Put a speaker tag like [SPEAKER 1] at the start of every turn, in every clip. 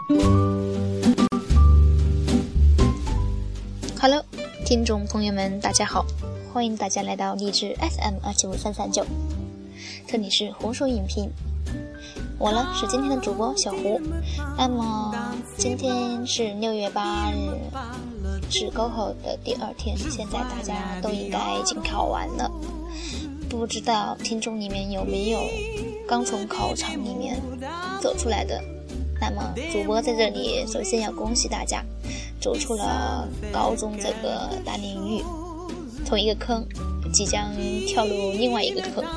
[SPEAKER 1] Hello， 听众朋友们，大家好，欢迎大家来到荔枝 FM275339，这里是胡说影评。我呢是今天的主播小胡。那么今天是6月8日，是高考的第2天，现在大家都应该已经考完了。不知道听众里面有没有刚从考场里面走出来的？那么主播在这里首先要恭喜大家走出了高中这个大领域，从一个坑即将跳入另外一个坑。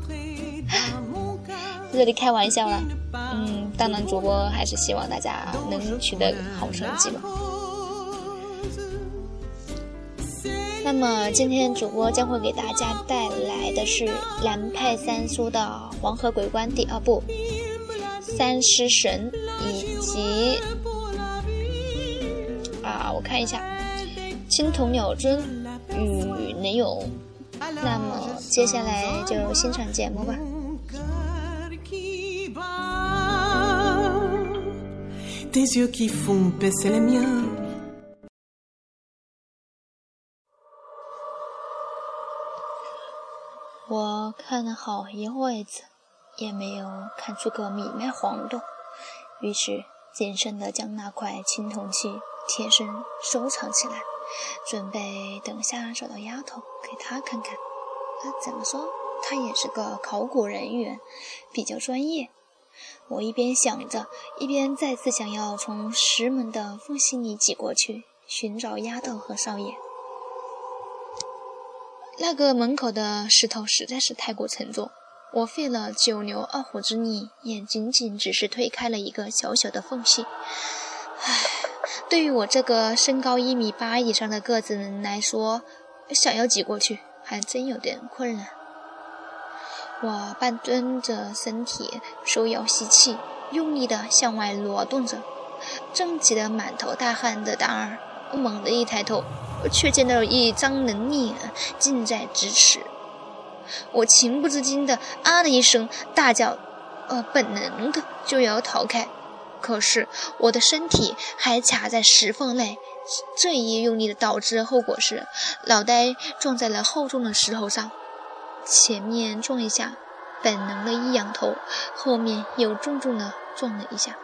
[SPEAKER 1] 在这里开玩笑了，当然主播还是希望大家能取得好成绩吧。那么今天主播将会给大家带来的是南派三叔的《黄河鬼关》第2部三尸神，以及我看一下青铜鸟尊与雷勇。那么接下来就欣赏节目吧。
[SPEAKER 2] Tes yeux qui font baisser les miens。
[SPEAKER 1] 我看了好一会子，也没有看出个米脉晃动，于是谨慎地将那块青铜器贴身收藏起来，准备等下找到丫头给她看看。怎么说，她也是个考古人员，比较专业。我一边想着，一边再次想要从石门的缝隙里挤过去，寻找丫头和少爷。那个门口的石头实在是太过沉重，我费了9牛2虎之力，也仅仅只是推开了一个小小的缝隙。对于我这个身高1.8米以上的个子人来说，想要挤过去还真有点困难。我半蹲着身体，手摇吸气，用力地向外挪动着。正挤得满头大汗的达儿猛地一抬头，却见到一张人脸近在咫尺。我情不自禁地啊了一声，大叫，本能的就要逃开，可是我的身体还卡在石缝内。这一用力的导致后果是脑袋撞在了厚重的石头上，前面撞一下，本能的一仰头，后面又重重的撞了一下。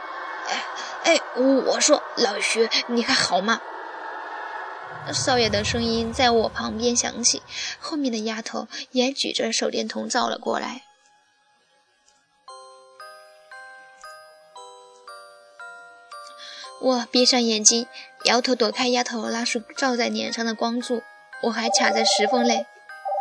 [SPEAKER 1] 我说老徐，你还好吗？少爷的声音在我旁边响起，后面的丫头也举着手电筒照了过来。我闭上眼睛，摇头躲开丫头那束照在脸上的光柱，我还卡在石缝内。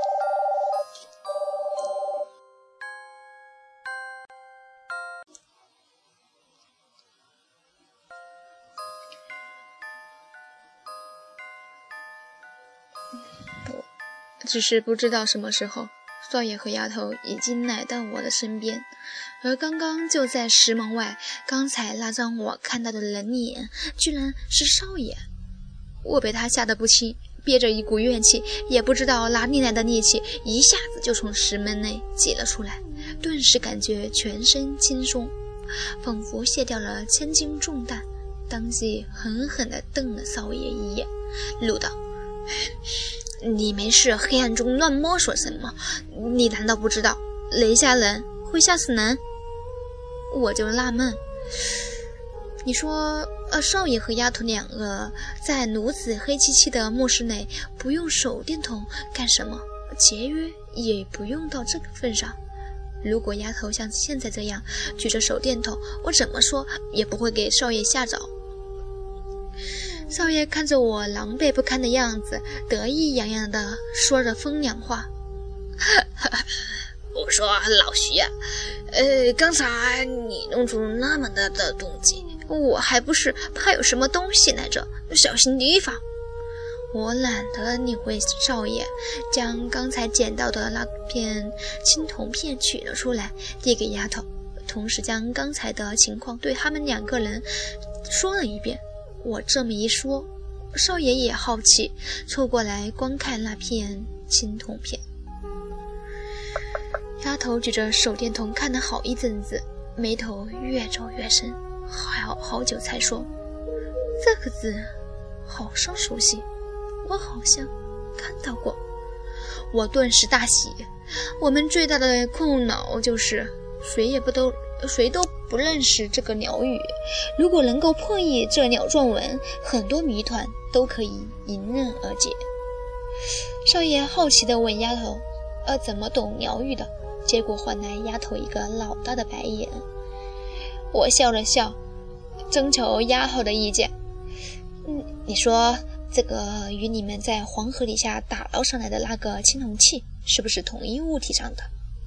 [SPEAKER 1] 只是不知道什么时候，少爷和丫头已经来到我的身边，而刚刚就在石门外，刚才那张我看到的人脸居然是少爷。我被他吓得不轻，憋着一股怨气，也不知道哪里来的力气，一下子就从石门内挤了出来，顿时感觉全身轻松，仿佛卸掉了千斤重担，当即狠狠地瞪了少爷一眼，怒道：你没事黑暗中乱摸索什么？你难道不知道雷吓人会吓死人？我就纳闷，你说少爷和丫头2个在如此黑漆漆的墓室内不用手电筒干什么？节约也不用到这个份上。如果丫头像现在这样举着手电筒，我怎么说也不会给少爷吓着。少爷看着我狼狈不堪的样子，得意洋洋地说着风凉话。我说老徐啊，刚才你弄出那么大的动静，我还不是怕有什么东西来着，小心提防。我懒得理会少爷，将刚才捡到的那片青铜片取了出来，递给丫头，同时将刚才的情况对他们2个人说了一遍。我这么一说，少爷也好奇，凑过来观看那片青铜片。丫头举着手电筒看了好一阵子，眉头越皱越深， 好久才说：“这个字好生熟悉，我好像看到过。”我顿时大喜。我们最大的困扰就是谁都不认识这个鸟语。如果能够破译这鸟状文，很多谜团都可以迎刃而解。少爷好奇地问丫头：“怎么懂鸟语的？”结果换来丫头一个老大的白眼。我笑了笑，征求丫头的意见。你说这个与你们在黄河底下打捞上来的那个青铜器是不是同一物体上的？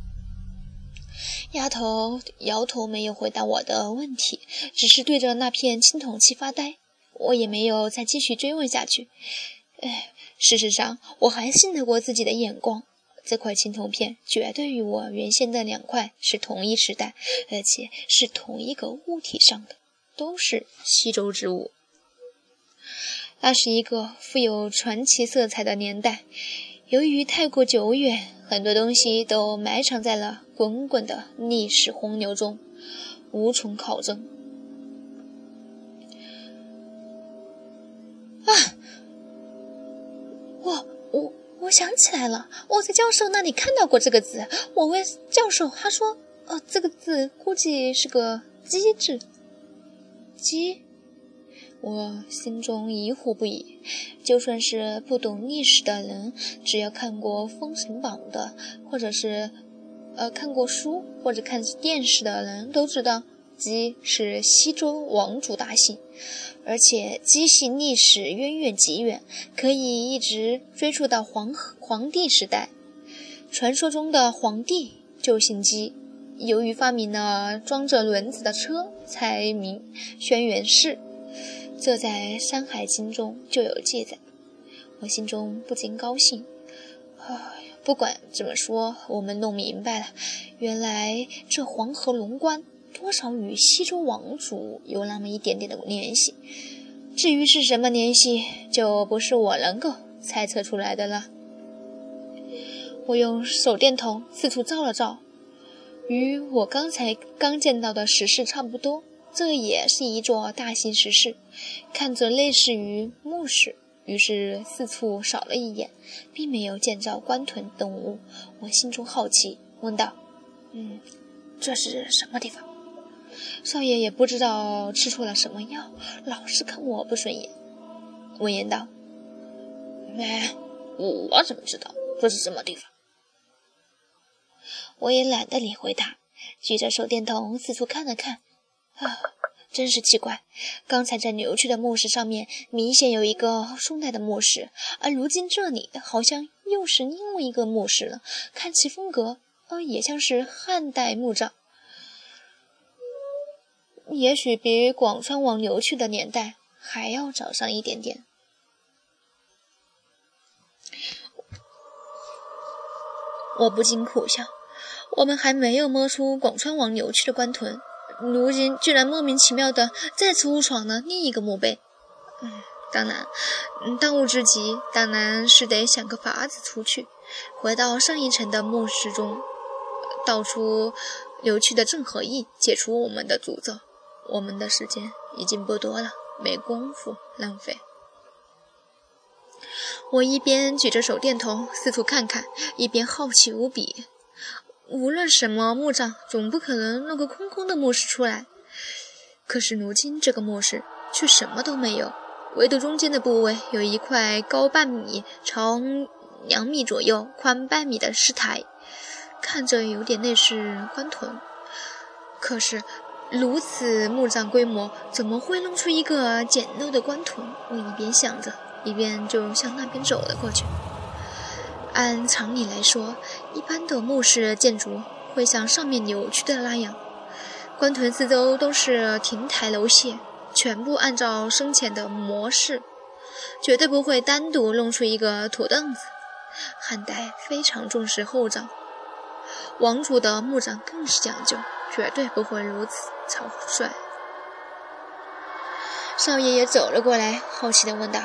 [SPEAKER 1] 丫头摇头，没有回答我的问题，只是对着那片青铜器发呆。我也没有再继续追问下去。事实上我还信得过自己的眼光，这块青铜片绝对与我原先的2块是同一时代，而且是同一个物体上的，都是西周之物。那是一个富有传奇色彩的年代，由于太过久远，很多东西都埋藏在了滚滚的历史洪流中，无从考证。我想起来了，我在教授那里看到过这个字。我问教授，他说这个字估计是个鸡字。鸡？我心中疑惑不已。就算是不懂历史的人，只要看过《封神榜》的，或者是看过书或者看电视的人都知道，姬是西周王族大姓，而且姬姓历史渊源极远，可以一直追溯到黄帝时代。传说中的黄帝就姓姬，由于发明了装着轮子的车，才名轩辕氏。这在《山海经》中就有记载。我心中不禁高兴。不管怎么说，我们弄明白了，原来这黄河龙关多少与西周王族有那么一点点的联系。至于是什么联系，就不是我能够猜测出来的了。我用手电筒四处照了照，与我刚见到的石室差不多，这也是一座大型石室，看着类似于墓室，于是四处扫了一眼，并没有见着官屯等物。我心中好奇，问道：这是什么地方？少爷也不知道吃错了什么药，老是看我不顺眼。闻言道：我怎么知道这是什么地方？我也懒得理会他，举着手电筒四处看了看。真是奇怪，刚才在扭曲的墓石上面明显有一个宋代的墓石，而如今这里好像又是另外一个墓石了，看其风格也像是汉代墓葬，也许比广川王流去的年代还要早上一点点。我不禁苦笑，我们还没有摸出广川王流去的官屯，如今居然莫名其妙的再次误闯了另一个墓碑。当然，当务之急当然是得想个法子出去，回到上一层的墓室中，道出流去的正合意，解除我们的诅咒。我们的时间已经不多了，没工夫浪费。我一边举着手电筒四处看看，一边好奇无比。无论什么墓葬，总不可能弄个空空的墓室出来。可是如今这个墓室却什么都没有，唯独中间的部位有一块高半米、长2米左右、宽半米的石台，看着有点类似官屯。可是如此墓葬规模，怎么会弄出一个简陋的官屯？我一边想着，一边就向那边走了过去。按常理来说，一般的墓室建筑会像上面扭曲的那样，官屯四周都是亭台楼榭，全部按照生前的模式，绝对不会单独弄出一个土凳子。汉代非常重视厚葬，王族的墓葬更是讲究，绝对不会如此草率。少爷也走了过来，好奇地问道：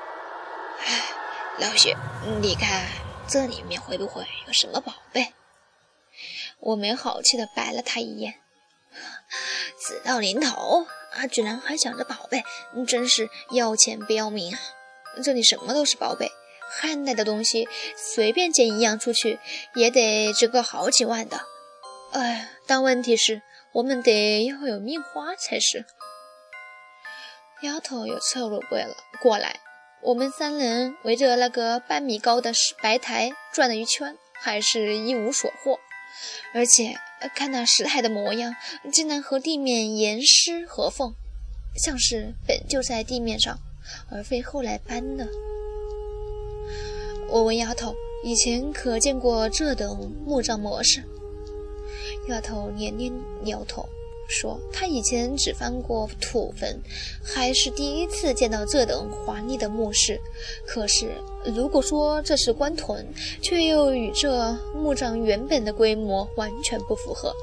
[SPEAKER 1] 老薛，你看这里面会不会有什么宝贝？我没好气地白了他一眼。 死到临头啊，居然还想着宝贝，真是要钱不要命啊！这里什么都是宝贝，汉代的东西随便捡一样出去也得值个好几万的。哎，但问题是我们得要有命花才是。丫头又凑了过来，我们3人围着那个半米高的白台转了一圈，还是一无所获。而且看那石台的模样，竟然和地面严丝合缝，像是本就在地面上，而非后来搬的。我问丫头，以前可见过这等墓葬模式？丫头连连摇头，说她以前只翻过土坟，还是第一次见到这等华丽的墓室。可是如果说这是棺屯，却又与这墓葬原本的规模完全不符合。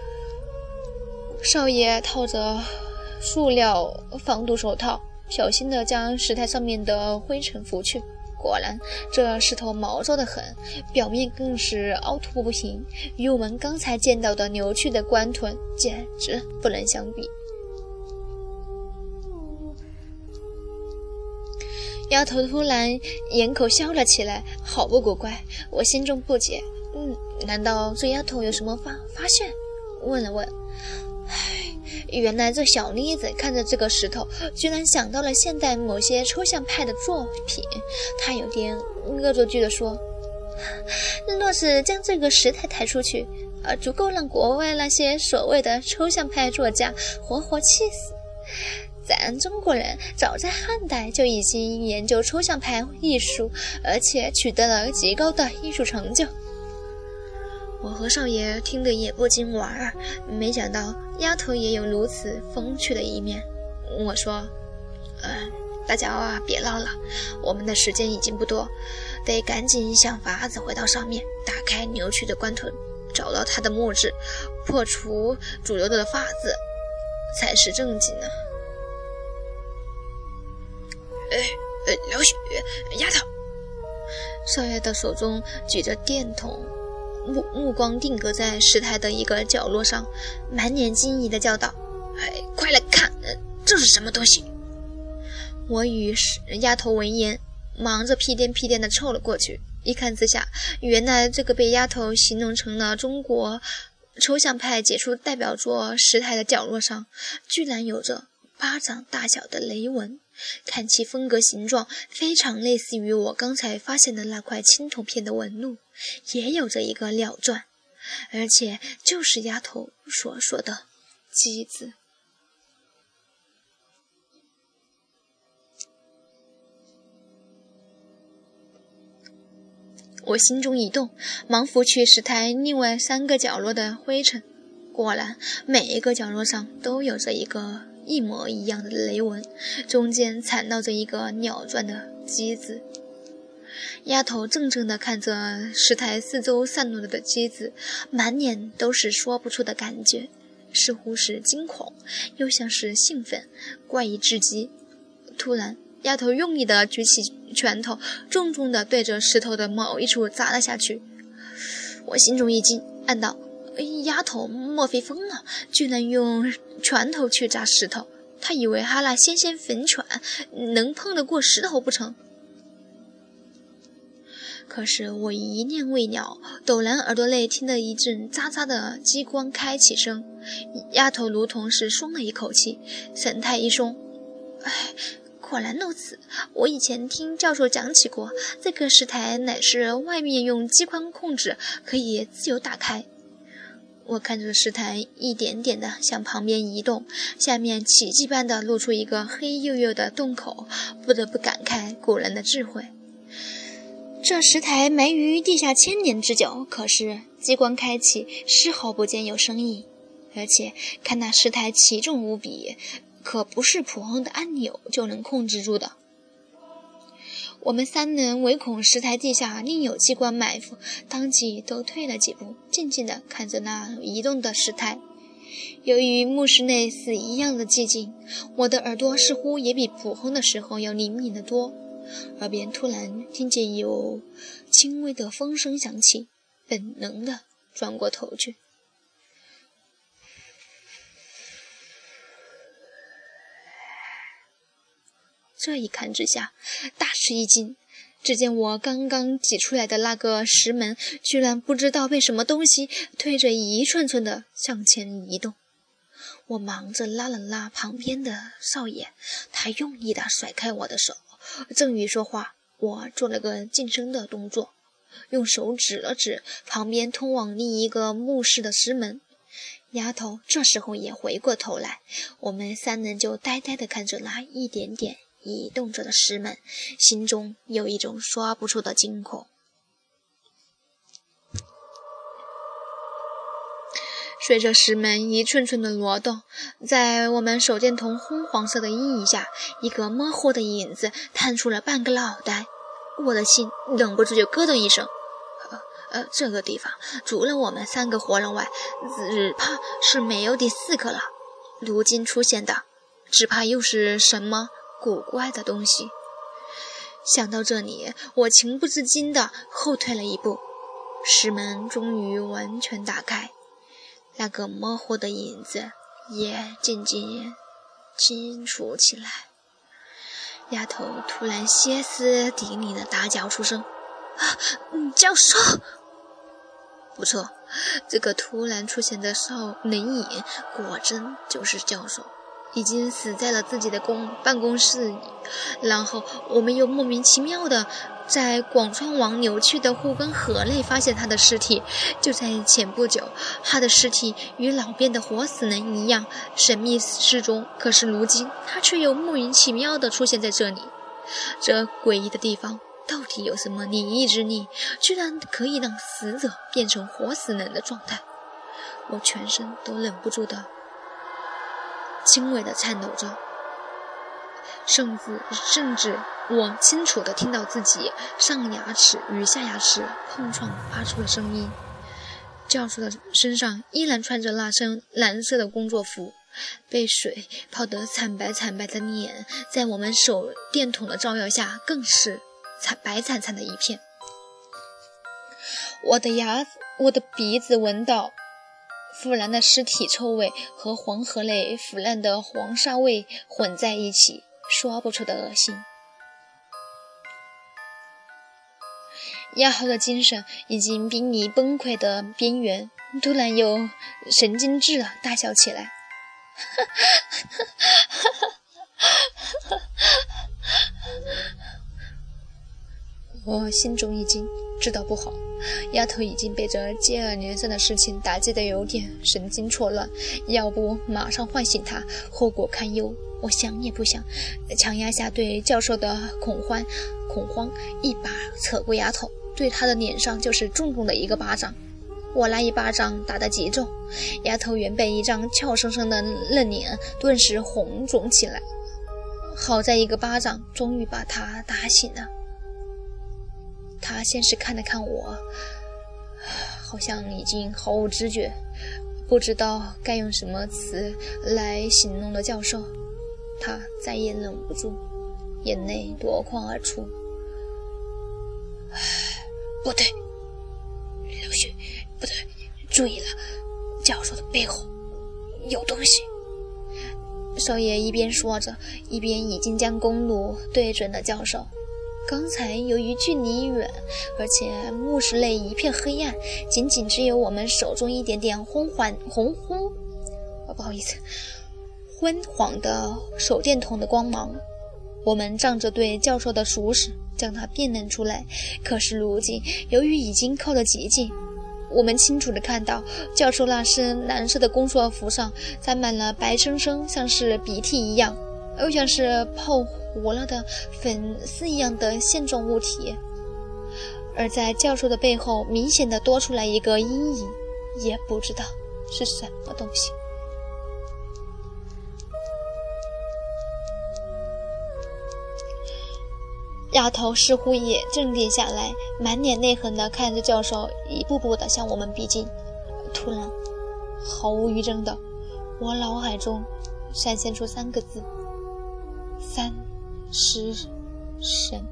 [SPEAKER 1] 少爷套着塑料防毒手套，小心地将石台上面的灰尘拂去。果然这石头毛糙得很，表面更是凹凸不平，与我们刚才见到的扭曲的棺屯简直不能相比。丫头突然掩口笑了起来，好不古怪。我心中不解，难道这丫头有什么发现？问了问，原来这小妮子看着这个石头，居然想到了现代某些抽象派的作品。她有点恶作剧地说，若是将这个石台抬出去，足够让国外那些所谓的抽象派作家活活气死。咱中国人早在汉代就已经研究抽象派艺术，而且取得了极高的艺术成就。我和少爷听得也不禁莞尔，没想到丫头也有如此风趣的一面。我说，大家别唠了，我们的时间已经不多，得赶紧想法子回到上面，打开扭曲的棺屯，找到他的墓志，破除主流的发字，才是正经呢。老许，丫头。少爷的手中举着电筒，目光定格在石台的一个角落上，满脸惊疑地叫道，快来看，这是什么东西？我与丫头闻言，忙着屁颠屁颠地凑了过去，一看之下，原来这个被丫头形容成了中国抽象派杰出代表作石台的角落上，居然有着巴掌大小的雷纹，看其风格形状非常类似于我刚才发现的那块青铜片的纹路，也有着一个鸟钻，而且就是丫头所说的鸡字。我心中一动，忙拂去石台另外3个角落的灰尘，果然每一个角落上都有着一个一模一样的雷纹，中间缠绕着一个鸟钻的鸡字。丫头怔怔地看着石台四周散落的鸡字，满脸都是说不出的感觉，似乎是惊恐，又像是兴奋，怪异至极。突然丫头用力地举起拳头，重重地对着石头的某一处砸了下去。我心中一惊，暗道，丫头莫非疯了，居然用拳头去砸石头？她以为她那纤纤粉拳能碰得过石头不成？可是我一念未了，陡然耳朵内听得一阵喳喳的激光开启声，丫头如同是松了一口气，神态一松。果然如此，我以前听教授讲起过，这个石台乃是外面用机关控制，可以自由打开。我看着石台一点点的向旁边移动，下面奇迹般的露出一个黑黝黝的洞口，不得不感慨古人的智慧。这石台埋于地下1000年之久，可是机关开启丝毫不见有声音，而且看那石台奇重无比，可不是普通的按钮就能控制住的。我们3人唯恐石台地下另有机关埋伏，当即都退了几步，静静地看着那移动的石台。由于墓室内是一样的寂静，我的耳朵似乎也比普通的时候要灵敏得多，耳边突然听见有轻微的风声响起，本能地转过头去。 这一看之下，大吃一惊。只见我刚刚挤出来的那个石门，居然不知道被什么东西推着一寸寸的向前移动。我忙着拉了拉旁边的少爷，他用力地甩开我的手，正欲说话，我做了个噤声的动作，用手指了指旁边通往另一个墓室的石门。丫头这时候也回过头来，我们三人就呆呆地看着那一点点移动着的石门，心中有一种说不出的惊恐。随着石门一寸寸的挪动，在我们手电筒红黄色的阴影下，一个模糊的影子探出了半个脑袋，我的心忍不住就咯噔一声。这个地方除了我们3个活人外，只怕是没有第4个了。如今出现的，只怕又是什么古怪的东西。想到这里，我情不自禁地后退了一步，石门终于完全打开，那个模糊的影子也渐渐清楚起来。丫头突然歇斯底里的大叫出声：“教授！”不错，这个突然出现的人影果真就是教授，已经死在了自己的办公室里。然后我们又莫名其妙的在广川王扭曲的护根河内发现他的尸体。就在前不久，他的尸体与老边的活死人一样神秘失踪，可是如今他却又莫名其妙的出现在这里。这诡异的地方到底有什么灵异之力，居然可以让死者变成活死人的状态？我全身都忍不住的轻微的颤抖着，甚至我清楚地听到自己上牙齿与下牙齿碰撞发出的声音。教授的身上依然穿着那身蓝色的工作服，被水泡得惨白惨白的脸，在我们手电筒的照耀下更是白惨惨的一片。我的鼻子闻到腐烂的尸体臭味和黄河内腐烂的黄沙味混在一起，说不出的恶心。丫头的精神已经濒临崩溃的边缘，突然又神经质地大笑起来。我心中一惊，知道不好，丫头已经被这接二连三的事情打击得有点神经错乱，要不马上唤醒她，后果堪忧。我想也不想，强压下对教授的恐慌，一把扯过丫头，对她的脸上就是重重的一个巴掌。我那一巴掌打得极重，丫头原本一张俏生生的嫩脸顿时红肿起来，好在一个巴掌终于把她打醒了。她先是看了看我，好像已经毫无知觉，不知道该用什么词来形容的教授。她再也忍不住，眼泪夺眶而出。不对，刘旭，不对，注意了，教授的背后有东西。少爷一边说着，一边已经将公路对准了教授。刚才由于距离远，而且墓室内一片黑暗，仅仅只有我们手中一点点昏黄的手电筒的光芒。我们仗着对教授的熟识，将他辨认出来。可是如今，由于已经靠得极近，我们清楚地看到教授那身蓝色的工作服上沾满了白生生，像是鼻涕一样，又像是泡糊了的粉丝一样的线状物体。而在教授的背后明显地多出来一个阴影，也不知道是什么东西。丫头似乎也镇定下来，满脸泪痕地看着教授一步步地向我们逼近。突然毫无预兆的，我脑海中闪现出3个字：三尸神。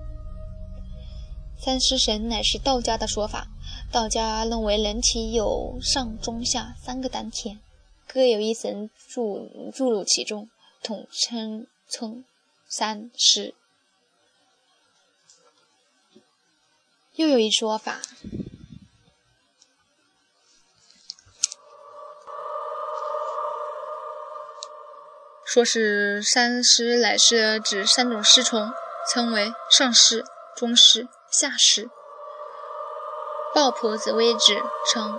[SPEAKER 1] 三尸神乃是道家的说法，道家认为人体有上中下3个丹田，各有一神注入其中，统称 3尸。又有一说法，说是3尸乃是指3种尸虫，称为上尸、中尸、下尸。鲍朴子为止称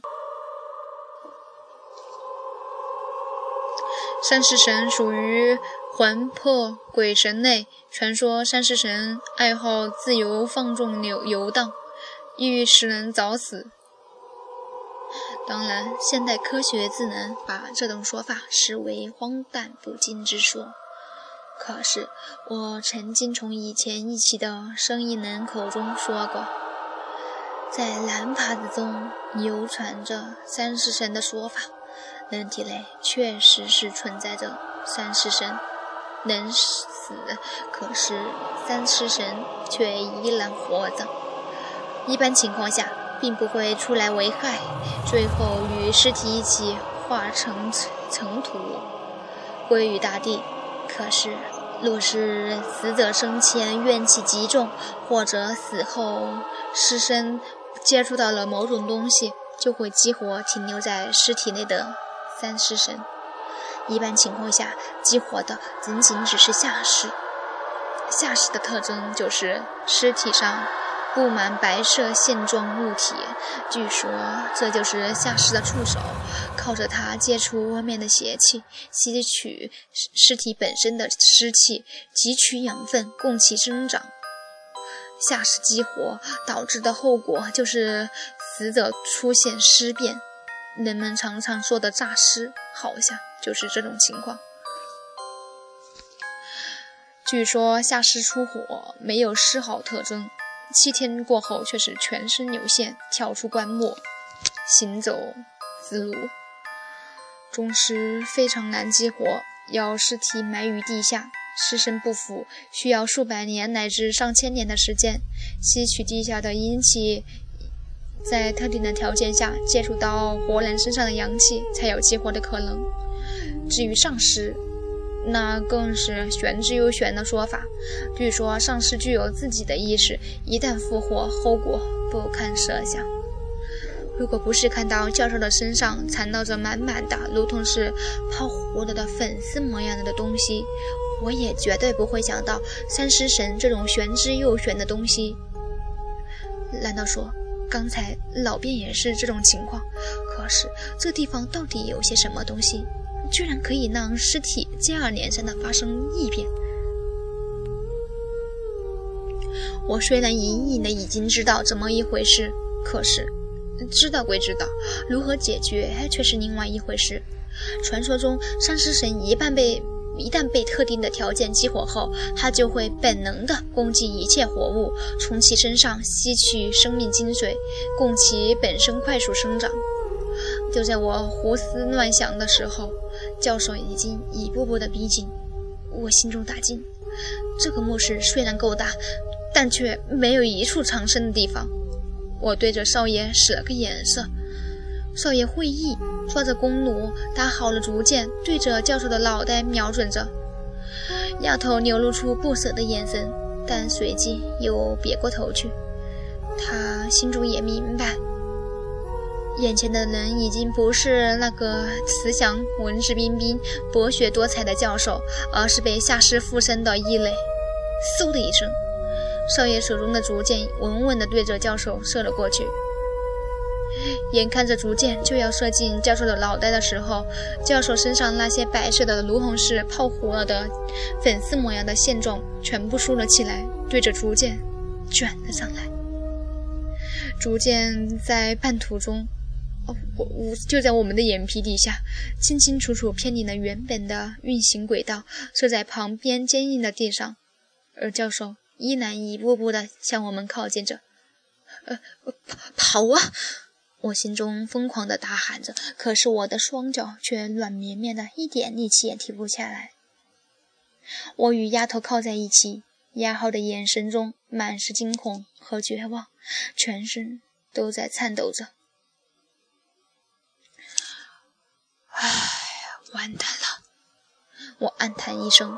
[SPEAKER 1] 三尸神属于魂魄鬼神类，传说三尸神爱好自由放纵游荡，意欲使人早死。当然，现代科学自能把这种说法视为荒诞不经之说。可是，我曾经从以前一期的生意人口中说过，在蓝耙子中流传着三尸神的说法，人体内确实是存在着三尸神，能死，可是三尸神却依然活着。一般情况下并不会出来危害，最后与尸体一起化成尘土归于大地。可是若是死者生前怨气极重，或者死后尸身接触到了某种东西，就会激活停留在尸体内的三尸神。一般情况下激活的仅仅只是下尸。下尸的特征就是尸体上布满白色线状物体，据说这就是下尸的触手，靠着它接触外面的邪气，吸取尸体本身的湿气，汲取养分供其生长。下尸激活导致的后果就是死者出现尸变，人们常常说的诈尸好像就是这种情况。据说下尸出火没有丝毫特征，7天过后却是全身流线，跳出棺木，行走自如。中尸非常难激活，要尸体埋于地下，尸身不腐，需要数百年乃至上千年的时间，吸取地下的阴气，在特定的条件下接触到活人身上的阳气，才有激活的可能。至于上尸，那更是玄之又玄的说法。据说上尸具有自己的意识，一旦复活，后果不堪设想。如果不是看到教授的身上缠绕着满满的如同是泡糊了的粉丝模样的东西，我也绝对不会想到三尸神这种玄之又玄的东西。难道说刚才老卞也是这种情况？可是这地方到底有些什么东西，居然可以让尸体接二连三地发生异变？我虽然隐隐的已经知道怎么一回事，可是知道归知道，如何解决却是另外一回事。传说中三尸神一旦被特定的条件激活后，他就会本能地攻击一切活物，从其身上吸取生命精髓，供其本身快速生长。就在我胡思乱想的时候，教授已经一步步地逼近。我心中大惊，这个墓室虽然够大，但却没有一处藏身的地方。我对着少爷使了个眼色，少爷会意，抓着弓弩打好了竹箭，对着教授的脑袋瞄准着。丫头流露出不舍的眼神，但随即又别过头去。他心中也明白，眼前的人已经不是那个慈祥文质彬彬博学多才的教授，而是被下尸附身的异类。嗖的一声，少爷手中的竹箭稳稳地对着教授射了过去。眼看着竹箭就要射进教授的脑袋的时候，教授身上那些白色的如同是泡糊了的粉丝模样的线状全部竖了起来，对着竹箭卷了上来。竹箭在半途中就在我们的眼皮底下清清楚楚偏离了原本的运行轨道，射在旁边坚硬的地上，而教授依然一步步地向我们靠近着。跑啊！我心中疯狂地大喊着，可是我的双脚却软绵绵的，一点力气也提不下来。我与丫头靠在一起，丫头的眼神中满是惊恐和绝望，全身都在颤抖着。唉，完蛋了！我暗叹一声，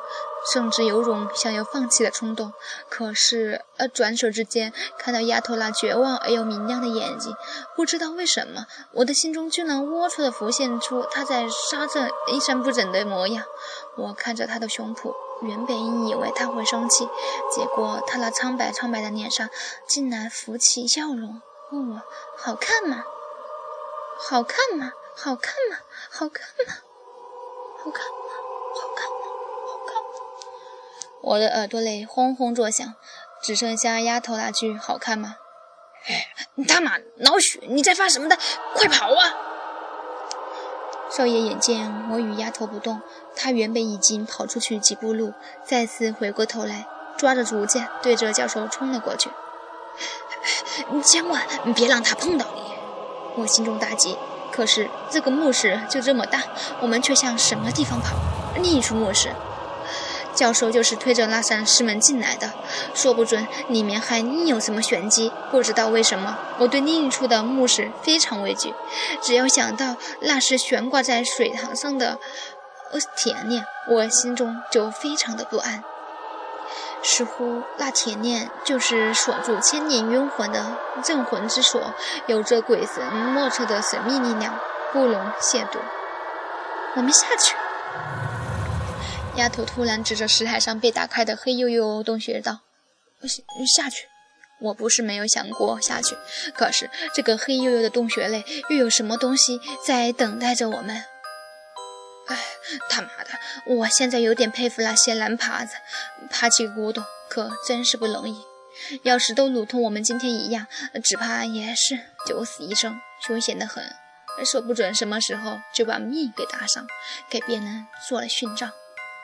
[SPEAKER 1] 甚至有种想要放弃的冲动。可是转手之间看到丫头那绝望而又明亮的眼睛，不知道为什么我的心中居然龌龊地浮现出她在沙阵衣衫不整的模样。我看着她的胸脯，原本以为她会生气，结果她那苍白的脸上竟然浮起笑容，问我好看吗？好看吗？好看吗？好看吗？好看吗？好看吗？好看吗？我的耳朵里轰轰作响，只剩下丫头那句好看吗？他妈老许，你在发什么的？快跑啊！少爷眼见我与丫头不动，他原本已经跑出去几步路，再次回过头来，抓着竹剑对着教授冲了过去。你千万别让他碰到你！我心中大急，可是这个墓室就这么大，我们却向什么地方跑？另一处墓室。教授就是推着那扇石门进来的，说不准里面还另有什么玄机。不知道为什么，我对另一处的墓室非常畏惧，只要想到那是悬挂在水塘上的铁链，我心中就非常的不安。似乎那铁链就是锁住千年冤魂的镇魂之锁，有着鬼神莫测的神秘力量，不容亵渎。我们下去。丫头突然指着石台上被打开的黑黝黝洞穴道：下去。我不是没有想过下去，可是这个黑黝黝的洞穴内又有什么东西在等待着我们？他妈的，我现在有点佩服那些蓝耙子，爬起古董可真是不容易。要是都如同我们今天一样，只怕也是九死一生，凶险得很，说不准什么时候就把命给搭上，给别人做了殉葬。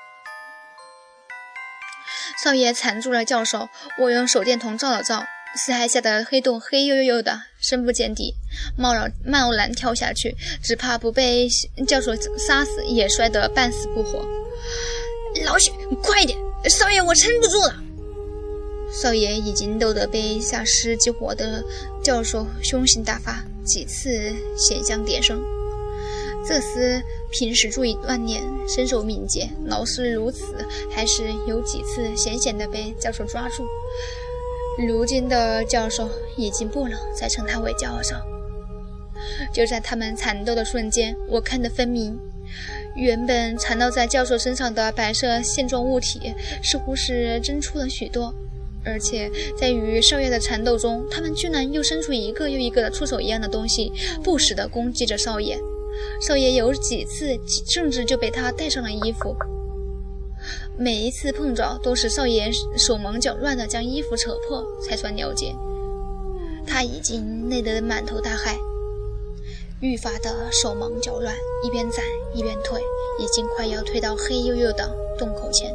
[SPEAKER 1] 少爷缠住了教授，我用手电筒照了照，死海下的黑洞黑黝黝的，深不见底，贸然跳下去，只怕不被教授杀死，也摔得半死不活。老许，快一点！少爷，我撑不住了！少爷已经逗得被下尸激活的教授凶性大发，几次险象迭生。这厮平时注意锻炼，身手敏捷，老是如此，还是有几次险险地被教授抓住。如今的教授已经不能再称他为教授。就在他们缠斗的瞬间，我看得分明，原本缠绕在教授身上的白色线状物体似乎是增出了许多，而且在与少爷的缠斗中，他们居然又生出一个又一个的触手一样的东西，不时地攻击着少爷。少爷有几次甚至就被他带上了衣服，每一次碰着都是少爷手忙脚乱地将衣服扯破才算了结。他已经累得满头大汗，愈发的手忙脚乱，一边站一边退，已经快要退到黑黝黝的洞口前。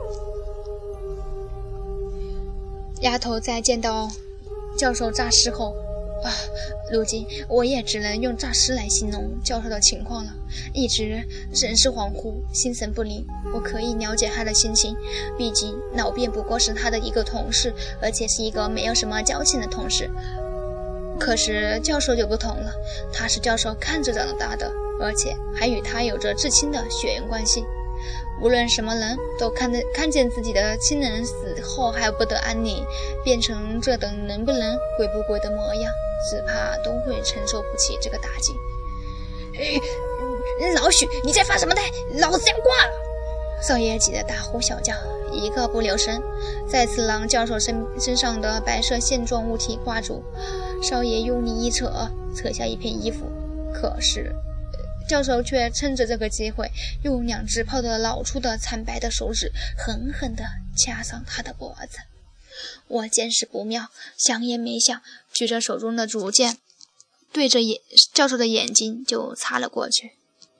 [SPEAKER 1] 丫头在见到教授诈尸后，如今我也只能用诈尸来形容教授的情况了，一直神识恍惚，心神不宁。我可以了解他的心情，毕竟老卞不过是他的一个同事，而且是一个没有什么交情的同事。可是教授就不同了，他是教授看着长大的，而且还与他有着至亲的血缘关系。无论什么人都看见自己的亲人死后还不得安宁，变成这等人不人鬼不鬼的模样，只怕都会承受不起这个打击。老许，你在发什么呆？老子要挂了！少爷急得大呼小叫，一个不留神再次让教授身上的白色线状物体挂住。少爷用力一扯下一片衣服，可是教授却趁着这个机会，用2只泡得老粗的惨白的手指狠狠地掐上他的脖子。我见势不妙，想也没想，举着手中的竹剑，对着教授的眼睛就插了过去。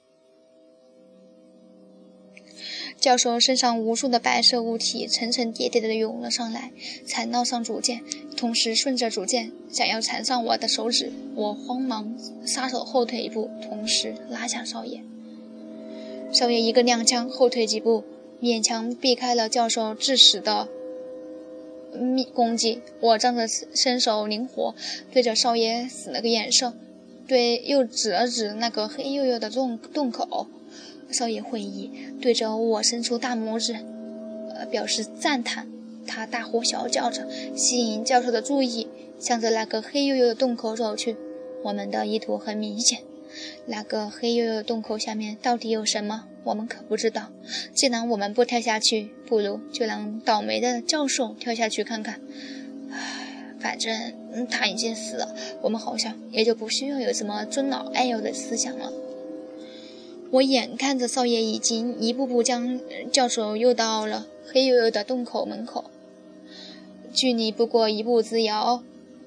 [SPEAKER 1] 教授身上无数的白色物体层层叠叠地涌了上来，缠绕上竹剑，同时顺着竹剑想要缠上我的手指。我慌忙撒手后退一步，同时拉向少爷。少爷一个踉跄，后退几步，勉强避开了教授致死的攻击。我仗着身手灵活，对着少爷使了个眼色，又指了指那个黑黝黝的洞口。少爷会意，对着我伸出大拇指。 表示赞叹。他大呼小叫着，吸引教授的注意，向着那个黑黝黝的洞口走去。我们的意图很明显，那个黑黝黝的洞口下面到底有什么，我们可不知道。既然我们不跳下去，不如就让倒霉的教授跳下去看看。反正他已经死了，我们好像也就不需要有什么尊老爱幼的思想了。我眼看着少爷已经一步步将教授诱到了黑黝黝的洞口门口，距离不过一步之遥。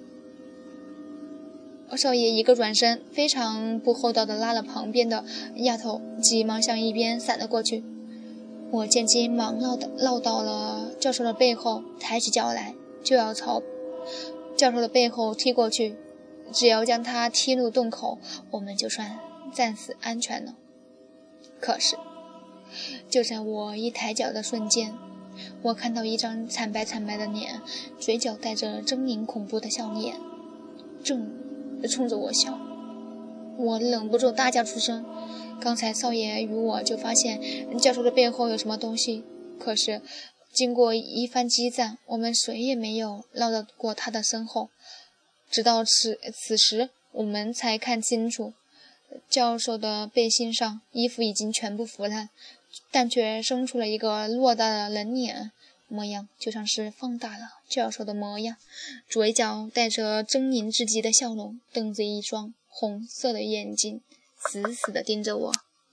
[SPEAKER 1] 少爷一个转身，非常不厚道地拉了旁边的丫头，急忙向一边闪了过去。我见机忙绕到了教授的背后，抬起脚来就要朝教授的背后踢过去。只要将他踢入洞口，我们就算暂时安全了。可是就在我一抬脚的瞬间，我看到一张惨白的脸，嘴角带着狰狞恐怖的笑脸，正冲着我笑。我忍不住大叫出声。刚才少爷与我就发现教授的背后有什么东西，可是经过一番激战，我们谁也没有绕得过他的身后。直到此时，我们才看清楚，教授的背心上衣服已经全部腐烂，但却生出了一个偌大的人脸，模样就像是放大了教授的模样，嘴角带着狰狞至极的笑容，瞪着一双红色的眼睛，死死地盯着我。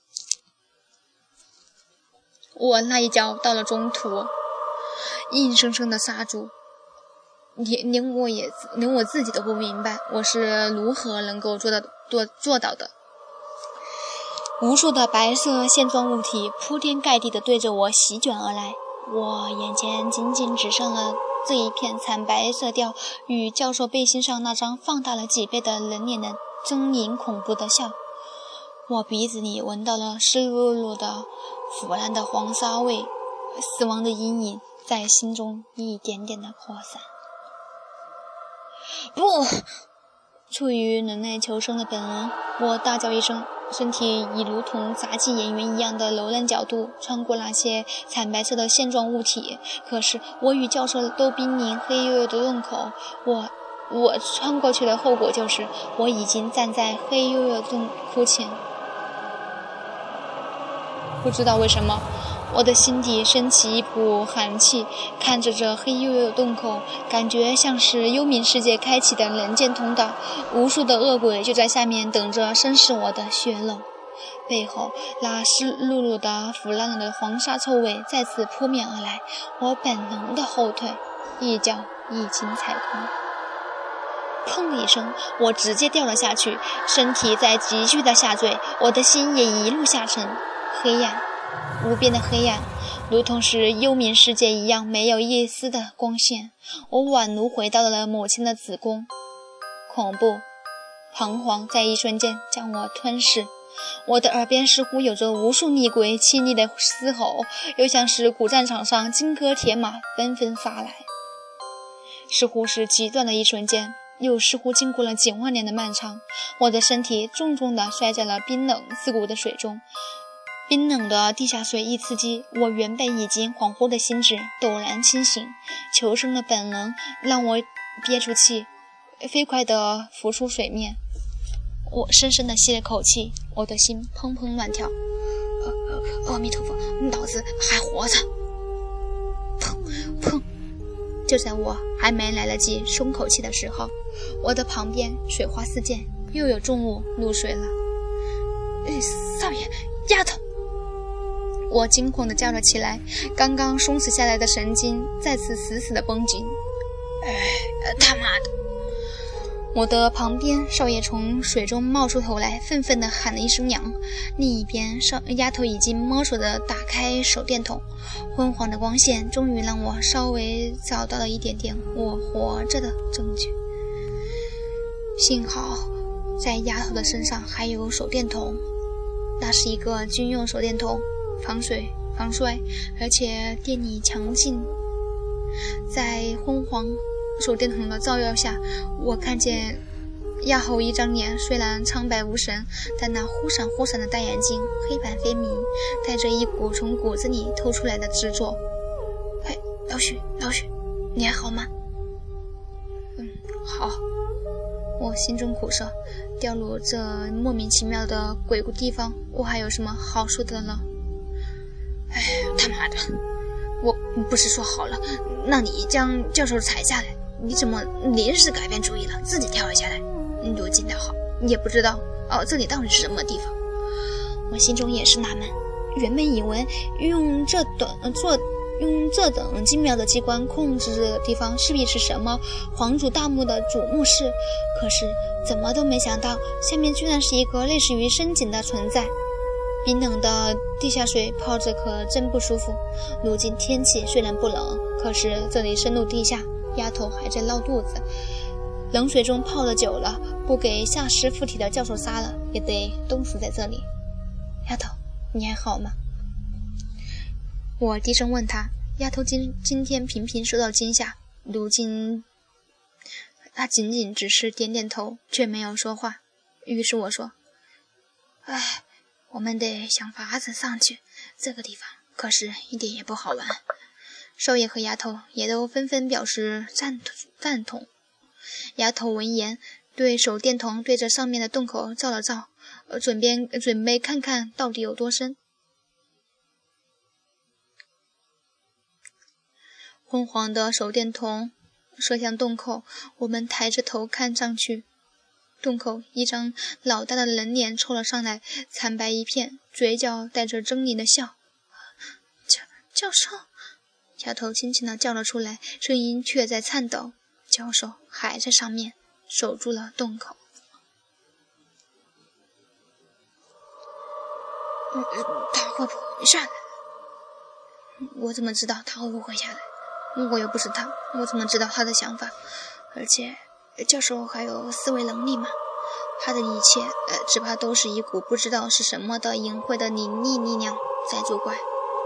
[SPEAKER 1] 我那一脚到了中途，硬生生地刹住，连我自己都不明白我是如何能够做到的。无数的白色线状物体铺天盖地地对着我席卷而来，我眼前仅仅只剩了这一片惨白色调与教授背心上那张放大了几倍的人脸的狰狞恐怖的笑。我鼻子里闻到了湿漉漉的腐烂的黄沙味，死亡的阴影在心中一点点的扩散。不！出于人类求生的本能，我大叫一声，身体以如同杂技演员一样的柔韧角度穿过那些惨白色的线状物体。可是我与教授都濒临黑黝黝的洞口，我穿过去的后果就是我已经站在黑黝黝洞窟前。不知道为什么，我的心底升起一股寒气，看着这黑黝黝的洞口，感觉像是幽冥世界开启的人间通道，无数的恶鬼就在下面等着生食我的血肉。背后那湿漉漉的腐烂了的黄沙臭味再次扑面而来，我本能的后退，一脚已经踩空。砰的一声，我直接掉了下去，身体在急剧的下坠，我的心也一路下沉。黑暗，无边的黑暗，如同是幽冥世界一样，没有一丝的光线。我宛如回到了母亲的子宫，恐怖、彷徨在一瞬间将我吞噬。我的耳边似乎有着无数厉鬼凄厉的嘶吼，又像是古战场上金戈铁马纷纷杀来。似乎是极短的一瞬间，又似乎经过了几万年的漫长，我的身体重重地摔在了冰冷刺骨的水中。冰冷的地下水一刺激，我原本已经恍惚的心智陡然清醒，求生的本能让我憋出气，飞快地浮出水面。我深深地吸了口气，我的心砰砰乱跳。阿弥陀佛，老子还活着！砰砰！就在我还没来得及松口气的时候，我的旁边水花四溅，又有重物入水了。少爷，丫头！我惊恐地叫了起来，刚刚松弛下来的神经再次死死地绷紧。他妈的！我的旁边少爷从水中冒出头来，愤愤地喊了一声娘。另一边丫头已经摸索地打开手电筒，昏黄的光线终于让我稍微找到了一点点我活着的证据。幸好在丫头的身上还有手电筒，那是一个军用手电筒，防水防摔，而且电力强劲。在昏黄手电筒的照耀下，我看见丫头一张脸虽然苍白无神，但那忽闪忽闪的大眼睛黑白分明，带着一股从骨子里透出来的执着。 老许，你还好吗？好。我心中苦涩，掉入这莫名其妙的鬼谷地方，我还有什么好说的呢？他妈的，我不是说好了让你将教授踩下来，你怎么临时改变主意了，自己跳了下来？如今倒好，也不知道这里到底是什么地方。我心中也是纳闷，原本以为用这等精妙的机关控制的地方势必是什么皇族大墓的主墓室，可是怎么都没想到下面居然是一个类似于深井的存在。冰冷的地下水泡着可真不舒服。如今天气虽然不冷，可是这里深入地下，丫头还在闹肚子，冷水中泡了久了，不给下尸附体的教授杀了，也得冻死在这里。丫头，你还好吗？我低声问他，丫头今天频频受到惊吓，如今她仅仅只是点点头，却没有说话。于是我说，我们得想法子上去，这个地方可是一点也不好玩。少爷和丫头也都纷纷表示赞同。丫头闻言，对手电筒对着上面的洞口照了照，准备看看到底有多深。昏黄的手电筒射向洞口，我们抬着头看上去，洞口一张老大的人脸凑了上来，惨白一片，嘴角带着狰狞的笑。教授，丫头轻轻地叫了出来，声音却在颤抖。教授还在上面守住了洞口。他会不会下来？我怎么知道他会不会下来？我又不是他，我怎么知道他的想法？而且教授还有思维能力吗？他的一切只怕都是一股不知道是什么的隐晦的灵力力量在作怪。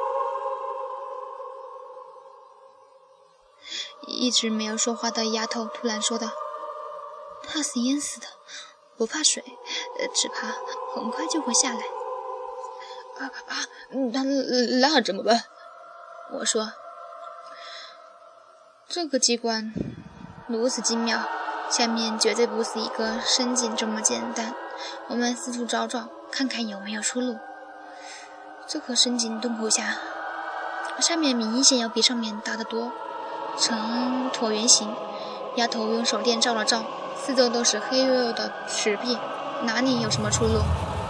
[SPEAKER 1] 一直没有说话的丫头突然说道，他是淹死的，不怕水，只怕很快就会下来。那怎么办？我说，这个机关如此精妙，下面绝对不是一个深井这么简单。我们四处找找，看看有没有出路。这个深井洞口下面明显要比上面大得多，呈椭圆形。丫头用手电照了照，四周都是黑黝黝的石壁，哪里有什么出路？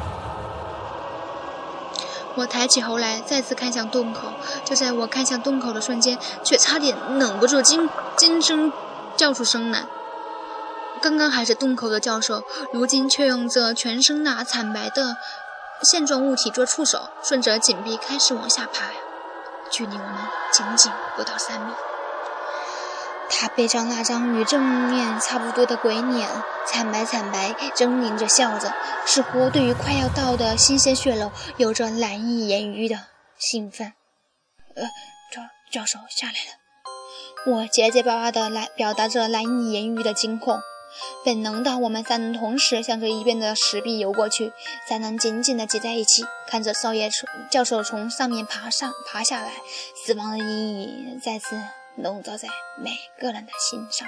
[SPEAKER 1] 我抬起头来，再次看向洞口。就在我看向洞口的瞬间，却差点忍不住惊声叫出声来。刚刚还是洞口的教授，如今却用这全身那惨白的线状物体做触手，顺着井壁开始往下爬，距离我们仅仅不到3米。他背上那张与正面差不多的鬼脸，惨白狰狞着笑着，似乎对于快要到的新鲜血肉有着难以言喻的兴奋。教授下来了。我结结巴巴地表达着难以言喻的惊恐。本能的，我们3人同时向着一边的石壁游过去，3人紧紧地挤在一起，看着教授从上面爬下来，死亡的阴影再次笼罩在每个人的心上。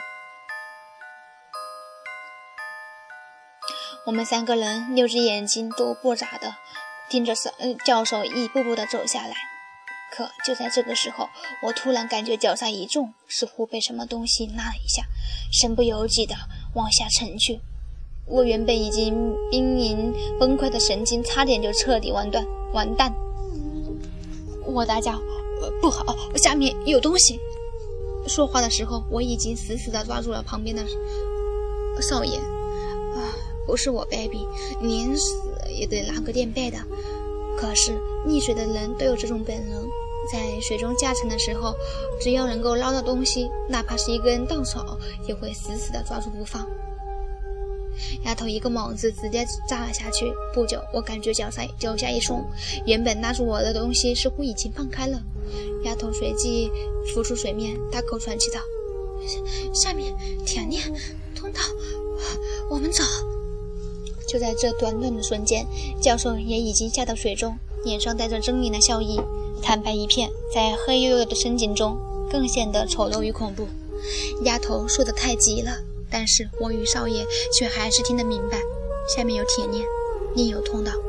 [SPEAKER 1] 我们3个人6只眼睛都不眨的盯着教授一步步地走下来。可就在这个时候，我突然感觉脚下一重，似乎被什么东西拉了一下，身不由己地往下沉去。我原本已经濒临崩溃的神经差点就彻底完蛋。我大叫，不好，下面有东西。说话的时候，我已经死死地抓住了旁边的少爷。不是我卑鄙，临死也得拿个垫背的。可是溺水的人都有这种本能，在水中下沉的时候，只要能够捞到东西，哪怕是一根稻草，也会死死地抓住不放。丫头一个猛子直接扎了下去，不久我感觉脚下一松，原本拉住我的东西似乎已经放开了。丫头随即浮出水面，大口喘气道，下面铁链通道，我们走。就在这短短的瞬间，教授也已经下到水中，脸上带着狰狞的笑意，惨白一片，在黑黝黝的深井中更显得丑陋与恐怖。丫头说得太急了，但是我与少爷却还是听得明白。下面有铁链，另有通道。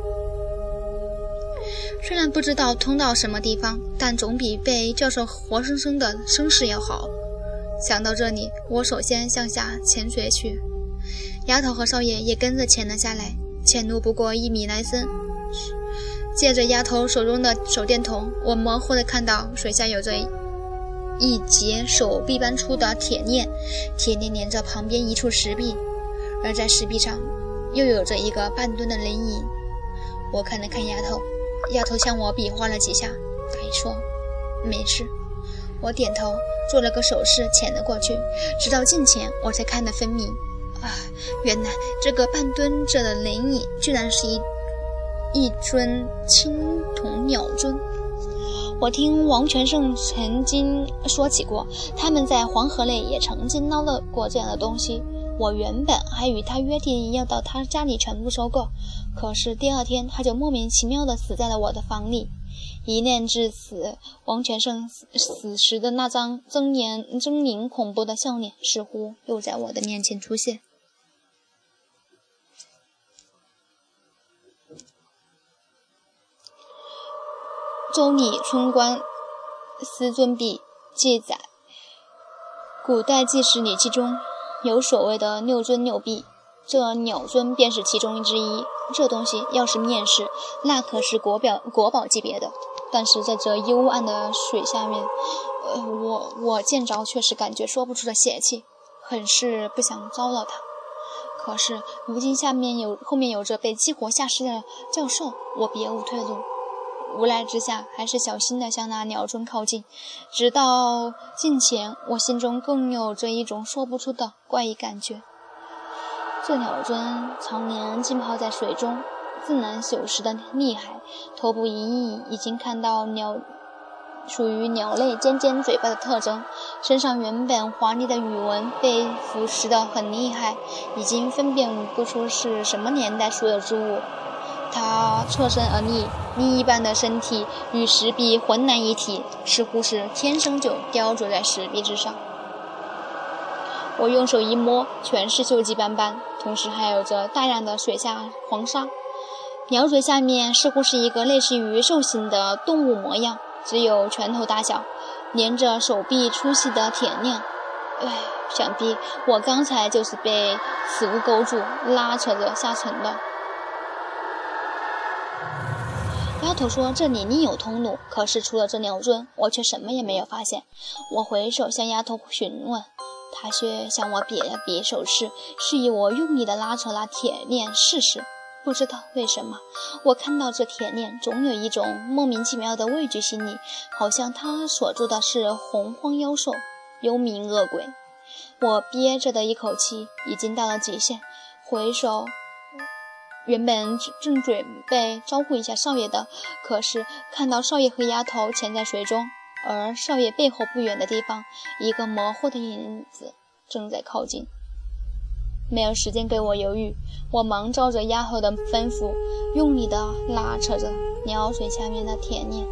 [SPEAKER 1] 虽然不知道通到什么地方，但总比被教授活生生的生事要好。想到这里，我首先向下潜水去，丫头和少爷也跟着潜了下来，潜入不过1米来深。借着丫头手中的手电筒，我模糊地看到水下有着一截手臂般粗的铁链，铁链连着旁边一处石壁，而在石壁上又有着一个半蹲的人影。我看了看丫头，丫头向我比划了几下，她说没事。我点头做了个手势，潜了过去，直到近前我才看得分明。原来这个半蹲着的人影居然是一尊青铜鸟尊。我听王全胜曾经说起过，他们在黄河内也曾经捞到过这样的东西。我原本还与他约定要到他家里全部收购，可是第二天他就莫名其妙地死在了我的房里。一念至此，王全胜死时的那张狰狞恐怖的笑脸似乎又在我的面前出现。周礼春官司尊壁记载，古代祭祀礼器中有所谓的六尊六臂，这鸟尊便是其中之一。这东西要是面世，那可是国宝级别的。但是在这幽暗的水下面，我见着却是感觉说不出的邪气，很是不想招惹他。可是如今后面有着被激活下世的教授，我别无退路。无奈之下，还是小心地向那鸟尊靠近。直到近前，我心中更有着一种说不出的怪异感觉。这鸟尊常年浸泡在水中，自然朽蚀的厉害，头部一役已经看到属于鸟类尖尖嘴巴的特征，身上原本华丽的羽纹被腐蚀得很厉害，已经分辨不出是什么年代所有之物。它侧身而立，另一半的身体与石壁浑然一体，似乎是天生就雕琢在石壁之上。我用手一摸，全是锈迹斑斑，同时还有着大量的水下黄沙。鸟嘴下面似乎是一个类似于兽形的动物模样，只有拳头大小，连着手臂粗细的铁链。想必我刚才就是被此物勾住，拉扯着下沉的。丫头说这里另有通路，可是除了这鸟尊，我却什么也没有发现。我回手向丫头询问，她却向我比了比手势，示意我用力地拉扯那铁链试试。不知道为什么，我看到这铁链总有一种莫名其妙的畏惧心理，好像它锁住的是洪荒妖兽、幽冥恶鬼。我憋着的一口气已经到了极限，回首原本正准备招呼一下少爷的，可是看到少爷和丫头潜在水中，而少爷背后不远的地方，一个模糊的影子正在靠近。没有时间给我犹豫，我忙照着丫头的吩咐，用力地拉扯着鸟水下面的铁链。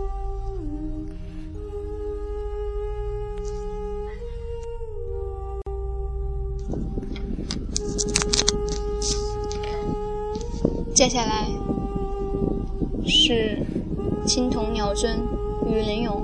[SPEAKER 1] 接下来是青铜鸟尊与人俑。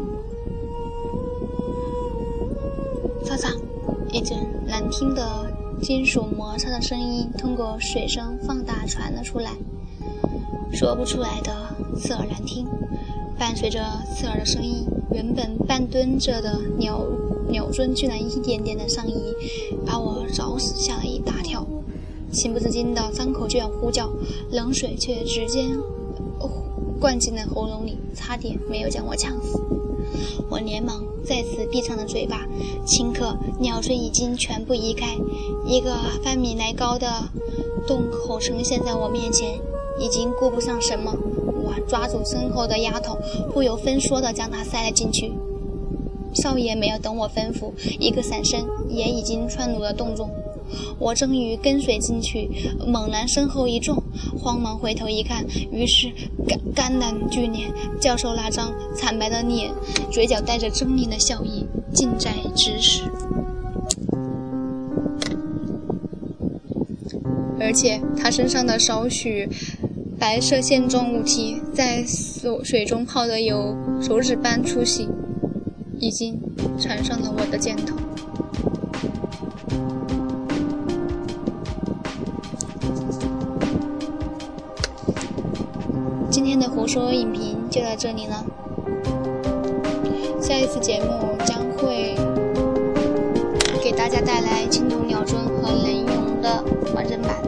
[SPEAKER 1] 早早，一阵难听的金属摩擦的声音通过水声放大传了出来，说不出来的刺耳难听。伴随着刺耳的声音，原本半蹲着的鸟尊居然一点点的上移，把我找死吓了一大跳，情不自禁的张口就要呼叫，冷水却直接灌进了喉咙里，差点没有将我呛死。我连忙再次闭上了嘴巴，顷刻鸟水已经全部移开，一个半米来高的洞口呈现在我面前，已经顾不上什么，我抓住身后的丫头，不由分说地将她塞了进去。少爷没有等我吩咐，一个闪身也已经窜入了洞中。 我正欲跟随进去，猛然身后一重，慌忙回头一看，于是肝胆俱裂。教授那张惨白的脸，嘴角带着狰狞的笑意，近在咫尺。而且他身上的少许白色线状物体在水中泡得有手指般粗细，已经缠上了我的肩头。今天的胡说影评就到这里了，下一次节目将会给大家带来青铜鸟尊和人俑的完整版。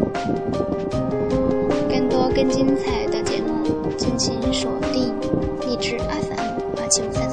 [SPEAKER 1] 更多更精彩的节目，敬请锁定荔枝 FM 8753。